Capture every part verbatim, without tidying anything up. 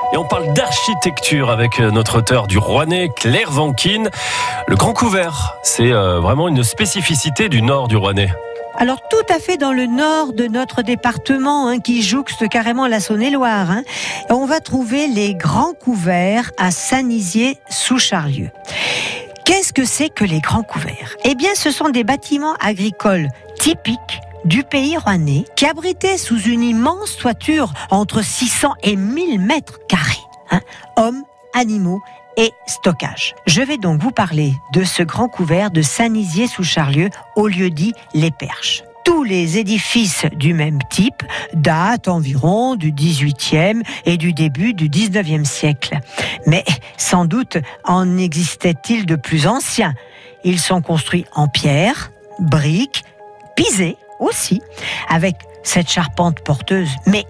Et on parle d'architecture avec notre auteur du Rouennais, Claire Vanquine. Le Grand Couvert, c'est vraiment une spécificité du nord du Rouennais. Alors tout à fait dans le nord de notre département, hein, qui jouxte carrément la Saône-et-Loire. Hein. On va trouver les Grands Couverts à Saint-Nizier-sous-Charlieu. Qu'est-ce que c'est que les Grands Couverts ? Eh bien, ce sont des bâtiments agricoles typiques du pays rouennais qui abritaient sous une immense toiture entre six cents et mille mètres carrés. Hein. Hommes, animaux et stockage. Je vais donc vous parler de ce Grand Couvert de Saint-Nizier-sous-Charlieu au lieu-dit Les Perches. Tous les édifices du même type datent environ du dix-huitième et du début du dix-neuvième siècle. Mais sans doute en existait-il de plus anciens. Ils sont construits en pierre, briques, pisés aussi, avec cette charpente porteuse, mais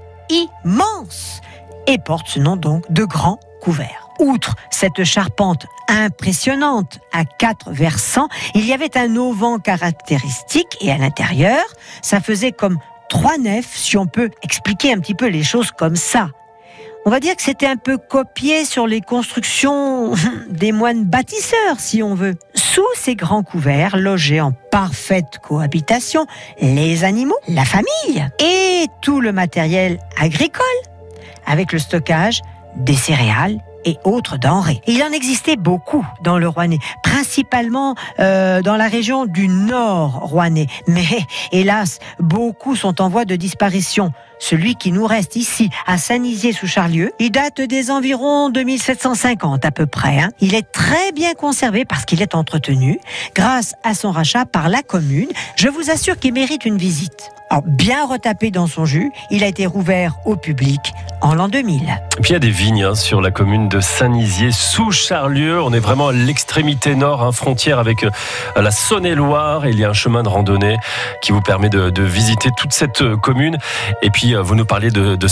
immense, et porte ce nom donc de Grand Couvert. Outre cette charpente impressionnante à quatre versants, il y avait un auvent caractéristique et à l'intérieur, ça faisait comme trois nefs, si on peut expliquer un petit peu les choses comme ça. On va dire que c'était un peu copié sur les constructions des moines bâtisseurs, si on veut. Sous ces grands couverts, logeaient en parfaite cohabitation les animaux, la famille et tout le matériel agricole, avec le stockage des céréales et autres denrées. Il en existait beaucoup dans le Rouennais, principalement euh, dans la région du nord rouennais. Mais hélas, beaucoup sont en voie de disparition. Celui qui nous reste ici, à Saint-Nizier-sous-Charlieu, il date des environs deux mille sept cent cinquante à peu près. Hein. Il est très bien conservé parce qu'il est entretenu grâce à son rachat par la commune. Je vous assure qu'il mérite une visite. Alors, bien retapé dans son jus, il a été rouvert au public en l'an deux mille. Et puis il y a des vignes hein, sur la commune de Saint-Nizier-sous-Charlieu. On est vraiment à l'extrémité nord, hein, frontière avec euh, la Saône-et-Loire. Et il y a un chemin de randonnée qui vous permet de, de visiter toute cette euh, commune. Et puis euh, vous nous parlez de, de